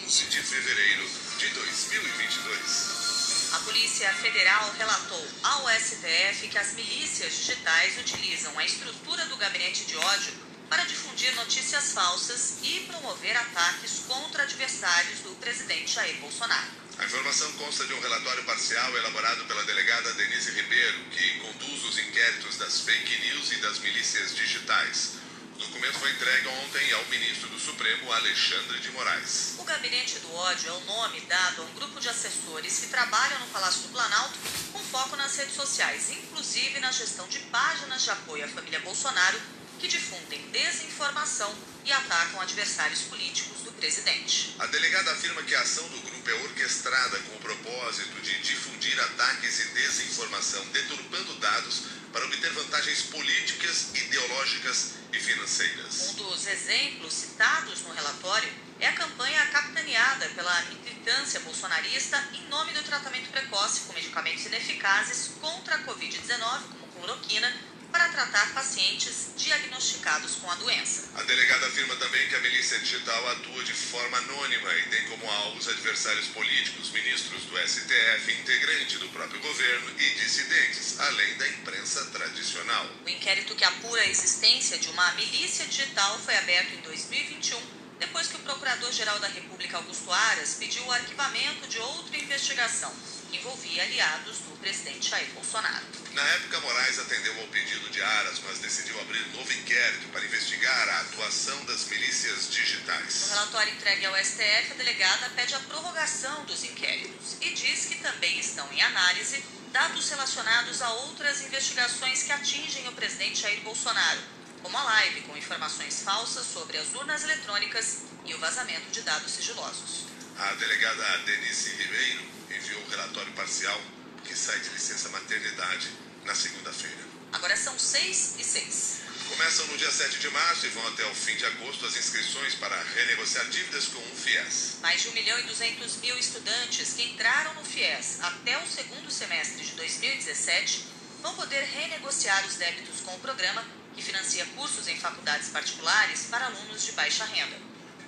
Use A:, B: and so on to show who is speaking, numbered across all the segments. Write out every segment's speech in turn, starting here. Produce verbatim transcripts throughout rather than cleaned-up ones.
A: quinze de fevereiro de dois mil e vinte e dois.
B: A Polícia Federal relatou ao S T F que as milícias digitais utilizam a estrutura do gabinete de ódio para difundir notícias falsas e promover ataques contra adversários do presidente Jair Bolsonaro.
A: A informação consta de um relatório parcial elaborado pela delegada Denise Ribeiro, que conduz os inquéritos das fake news e das milícias digitais. O documento foi entregue ontem ao ministro do Supremo, Alexandre de Moraes.
B: O Gabinete do Ódio é o nome dado a um grupo de assessores que trabalham no Palácio do Planalto com foco nas redes sociais, inclusive na gestão de páginas de apoio à família Bolsonaro, que difundem desinformação e atacam adversários políticos do presidente.
A: A delegada afirma que a ação do grupo é orquestrada com o propósito de difundir ataques e desinformação, deturpando dados para obter vantagens políticas, ideológicas e financeiras.
B: Um dos exemplos citados no relatório é a campanha capitaneada pela militância bolsonarista em nome do tratamento precoce com medicamentos ineficazes contra a covid dezenove, como cloroquina, para tratar pacientes diagnosticados com a doença.
A: A delegada afirma também que a milícia digital atua de forma anônima e tem como alvos adversários políticos, ministros do S T F, integrante do próprio governo e dissidentes, além da imprensa tradicional.
B: O inquérito que apura a existência de uma milícia digital foi aberto em dois mil e vinte e um, depois que o Procurador-Geral da República, Augusto Aras, pediu o arquivamento de outra investigação que envolvia aliados do presidente Jair Bolsonaro.
A: Na época, Moraes atendeu ao pedido de Aras, mas decidiu abrir novo inquérito para investigar a atuação das milícias digitais.
B: No relatório entregue ao S T F, a delegada pede a prorrogação dos inquéritos e diz que também estão em análise dados relacionados a outras investigações que atingem o presidente Jair Bolsonaro, como a live com informações falsas sobre as urnas eletrônicas e o vazamento de dados sigilosos.
A: A delegada Denise Ribeiro enviou o relatório parcial que sai de licença maternidade na segunda-feira.
B: Agora são seis e seis.
A: Começam no dia sete de março e vão até o fim de agosto as inscrições para renegociar dívidas com o FIES.
B: Mais de um milhão e duzentos mil estudantes que entraram no FIES até o segundo semestre de dois mil e dezessete vão poder renegociar os débitos com o programa que financia cursos em faculdades particulares para alunos de baixa renda.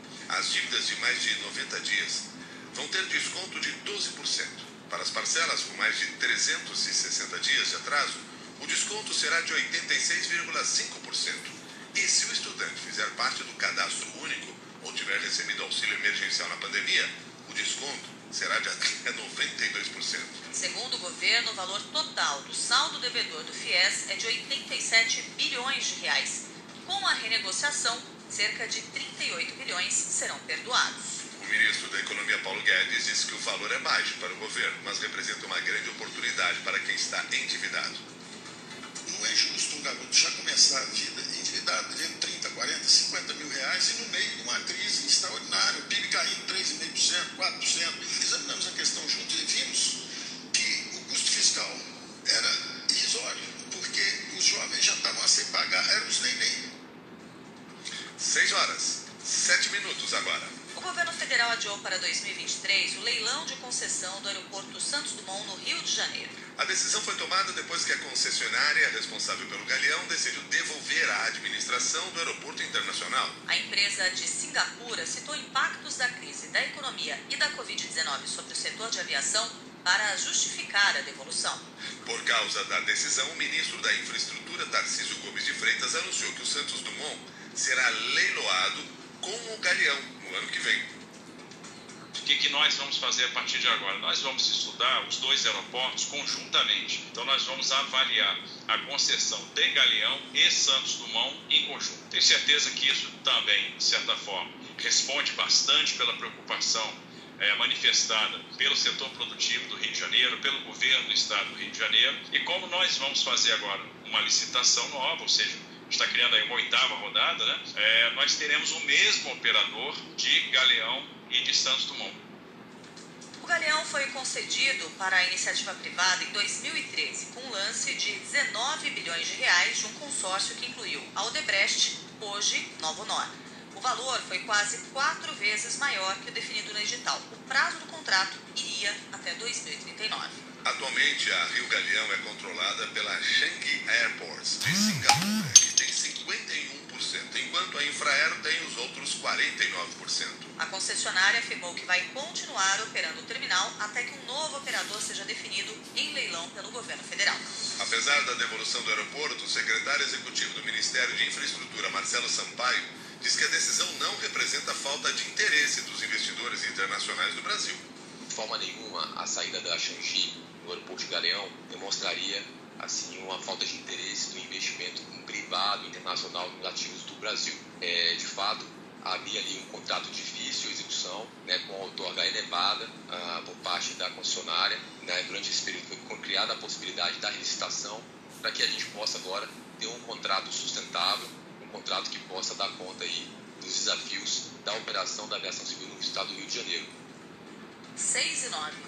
A: As dívidas de mais de noventa dias vão ter desconto de doze por cento. Para as parcelas com mais de trezentos e sessenta dias de atraso, o desconto será de oitenta e seis vírgula cinco por cento. E se o estudante fizer parte do cadastro único ou tiver recebido auxílio emergencial na pandemia, o desconto será de até noventa e dois por cento.
B: Segundo o governo, o valor total do saldo devedor do FIES é de oitenta e sete bilhões de reais. Com a renegociação, cerca de trinta e oito bilhões serão perdoados.
A: O ministro da Economia, Paulo Guedes, disse que o valor é baixo para o governo, mas representa uma grande oportunidade para quem está endividado.
C: Não é justo um garoto já começar a vida endividado, devendo trinta, quarenta, cinquenta mil reais e no meio de uma crise extraordinária, o P I B caindo três vírgula cinco por cento, quatro por cento. Examinamos a questão juntos e vimos que o custo fiscal era irrisório, porque os jovens já estavam a sem pagar, eram os neném.
A: Seis horas, sete minutos agora.
B: O governo federal adiou para dois mil e vinte e três o leilão de concessão do aeroporto Santos Dumont, no Rio de Janeiro.
A: A decisão foi tomada depois que a concessionária responsável pelo Galeão decidiu devolver a administração do aeroporto internacional.
B: A empresa de Singapura citou impactos da crise da economia e da covid dezenove sobre o setor de aviação para justificar a devolução.
A: Por causa da decisão, o ministro da Infraestrutura, Tarcísio Gomes de Freitas, anunciou que o Santos Dumont será leiloado com o Galeão no ano que vem.
D: O que, que nós vamos fazer a partir de agora? Nós vamos estudar os dois aeroportos conjuntamente. Então nós vamos avaliar a concessão de Galeão e Santos Dumont em conjunto. Tenho certeza que isso também, de certa forma, responde bastante pela preocupação é, manifestada pelo setor produtivo do Rio de Janeiro, pelo governo do estado do Rio de Janeiro. E como nós vamos fazer agora uma licitação nova, ou seja, está criando aí uma oitava rodada, né? É, nós teremos o mesmo operador de Galeão e de Santos Dumont.
B: O Galeão foi concedido para a iniciativa privada em dois mil e treze, com um lance de dezenove bilhões de reais de um consórcio que incluiu a Odebrecht, hoje Novo Honor. O valor foi quase quatro vezes maior que o definido no edital. O prazo do contrato iria até dois mil e trinta e nove.
A: Atualmente, a Rio Galeão é controlada pela Changi Airports de Singapura, que tem cinquenta e um por cento, enquanto a Infraero tem os outros quarenta e nove por cento.
B: A concessionária afirmou que vai continuar operando o terminal até que um novo operador seja definido em leilão pelo governo federal.
A: Apesar da devolução do aeroporto, o secretário executivo do Ministério de Infraestrutura, Marcelo Sampaio, diz que a decisão não representa falta de interesse dos investidores internacionais do Brasil.
E: De forma nenhuma, a saída da Changi no aeroporto de Galeão demonstraria assim, uma falta de interesse do investimento privado internacional nos ativos do Brasil. É, de fato, havia ali um contrato difícil de execução, né, com a outorga elevada ah, por parte da concessionária. Né, durante esse período foi criada a possibilidade da licitação para que a gente possa agora ter um contrato sustentável, um contrato que possa dar conta aí dos desafios da operação da aviação civil no estado do Rio de Janeiro.
B: seis e nove.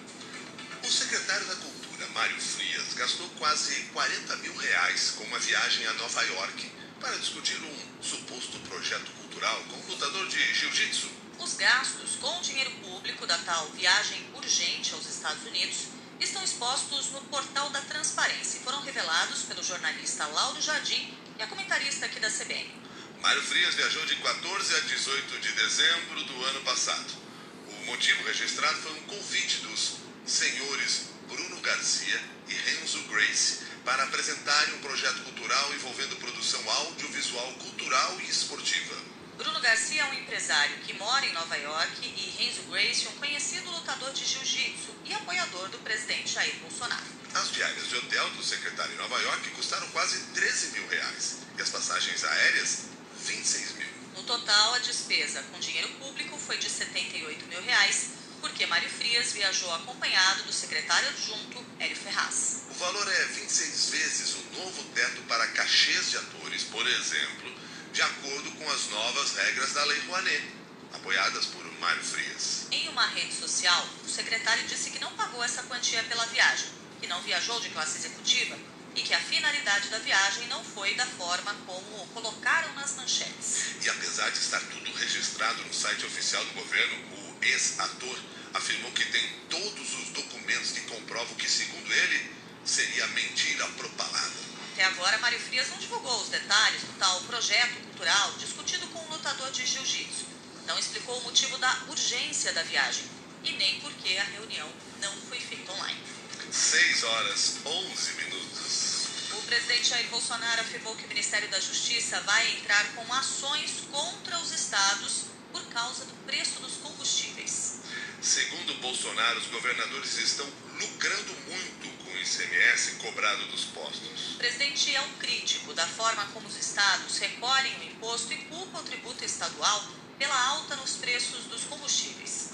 A: O secretário da Cultura, Mário Frias, gastou quase quarenta mil reais com uma viagem a Nova York para discutir um suposto projeto cultural com um lutador de jiu-jitsu.
B: Os gastos com dinheiro público da tal viagem urgente aos Estados Unidos estão expostos no portal da Transparência e foram revelados pelo jornalista Lauro Jardim e a comentarista aqui da C B N.
A: Mário Frias viajou de quatorze a dezoito de dezembro do ano passado. O motivo registrado foi um convite dos senhores Bruno Garcia e Renzo Gracie para apresentarem um projeto cultural envolvendo produção audiovisual, cultural e esportiva.
B: Bruno Garcia é um empresário que mora em Nova York e Renzo Gracie, um conhecido lutador de jiu-jitsu e apoiador do presidente Jair Bolsonaro.
A: As diárias de hotel do secretário em Nova York custaram quase treze mil reais e as passagens aéreas, vinte e seis mil.
B: No total, a despesa com dinheiro público foi de setenta e oito mil reais, porque Mário Frias viajou acompanhado do secretário adjunto Hélio Ferraz.
A: O valor é vinte e seis vezes o novo teto para cachês de atores, por exemplo, de acordo com as novas regras da Lei Rouanet, apoiadas por Mário Frias.
B: Em uma rede social, o secretário disse que não pagou essa quantia pela viagem, que não viajou de classe executiva e que a finalidade da viagem não foi da forma como colocaram nas manchetes.
A: E apesar de estar tudo registrado no site oficial do governo, o ex-ator afirmou que tem todos os documentos que comprovam que, segundo ele, seria mentira propalada.
B: Até agora, Mário Frias não divulgou os detalhes do tal projeto cultural discutido com um lutador de jiu-jitsu. Não explicou o motivo da urgência da viagem e nem por que a reunião não foi feita online.
A: seis horas, onze minutos.
B: O presidente Jair Bolsonaro afirmou que o Ministério da Justiça vai entrar com ações contra os estados por causa do preço dos combustíveis.
A: Segundo Bolsonaro, os governadores estão lucrando muito com o I C M S cobrado dos postos.
B: O presidente é um crítico da forma como os estados recolhem o imposto e culpa o tributo estadual pela alta nos preços dos combustíveis.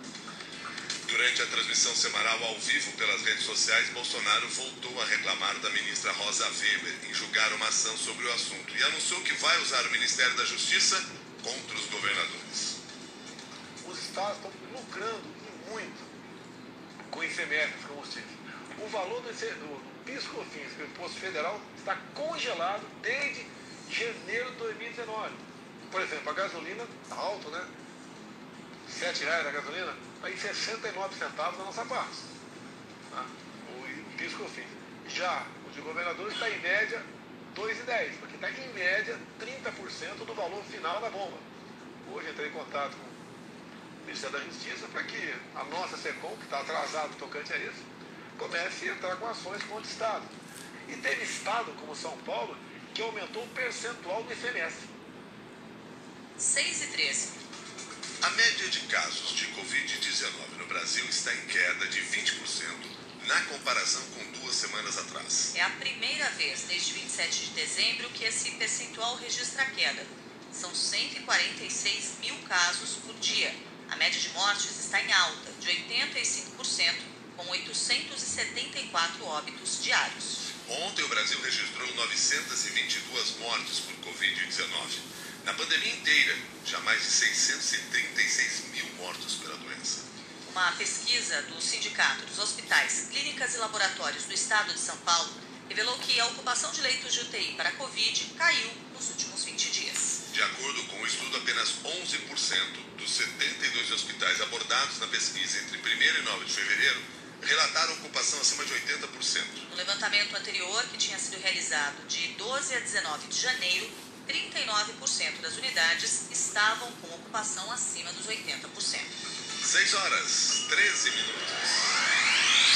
A: Durante a transmissão semanal ao vivo pelas redes sociais, Bolsonaro voltou a reclamar da ministra Rosa Weber em julgar uma ação sobre o assunto e anunciou que vai usar o Ministério da Justiça contra os governadores.
F: Os estados estão lucrando e muito com o I C M S dos combustíveis. O valor do, do PIS/COFINS, que é o imposto federal, está congelado desde janeiro de dois mil e dezenove. Por exemplo, a gasolina está alto, né? sete reais a gasolina, está em sessenta e nove centavos na nossa parte. Tá? O PIS/COFINS. Já o de governadores está em média dois reais e dez centavos, porque está em média trinta por cento do valor final da bomba. Hoje entrei em contato com o Ministério da Justiça para que a nossa SECOM, que está atrasado tocante a isso, comece a entrar com ações contra o Estado. E teve Estado, como São Paulo, que aumentou o percentual do I C M S.
B: seis e treze.
A: A média de casos de covid dezenove no Brasil está em queda de vinte por cento na comparação com duas semanas atrás.
B: É a primeira vez desde vinte e sete de dezembro que esse percentual registra queda. São cento e quarenta e seis mil casos por dia. A média de mortes está em alta, de oitenta e cinco por cento, com oitocentos e setenta e quatro óbitos diários.
A: Ontem o Brasil registrou novecentas e vinte e duas mortes por covid dezenove. Na pandemia inteira, já mais de seiscentos e trinta e seis mil mortos pela doença.
B: Uma pesquisa do Sindicato dos Hospitais, Clínicas e Laboratórios do Estado de São Paulo revelou que a ocupação de leitos de U T I para a Covid caiu nos últimos vinte dias.
A: De acordo com o estudo, apenas onze por cento dos setenta e dois hospitais abordados na pesquisa entre primeiro e nove de fevereiro relataram ocupação acima de oitenta por cento.
B: No levantamento anterior, que tinha sido realizado de doze a dezenove de janeiro, trinta e nove por cento das unidades estavam com ocupação acima dos oitenta por cento.
A: seis horas, treze minutos.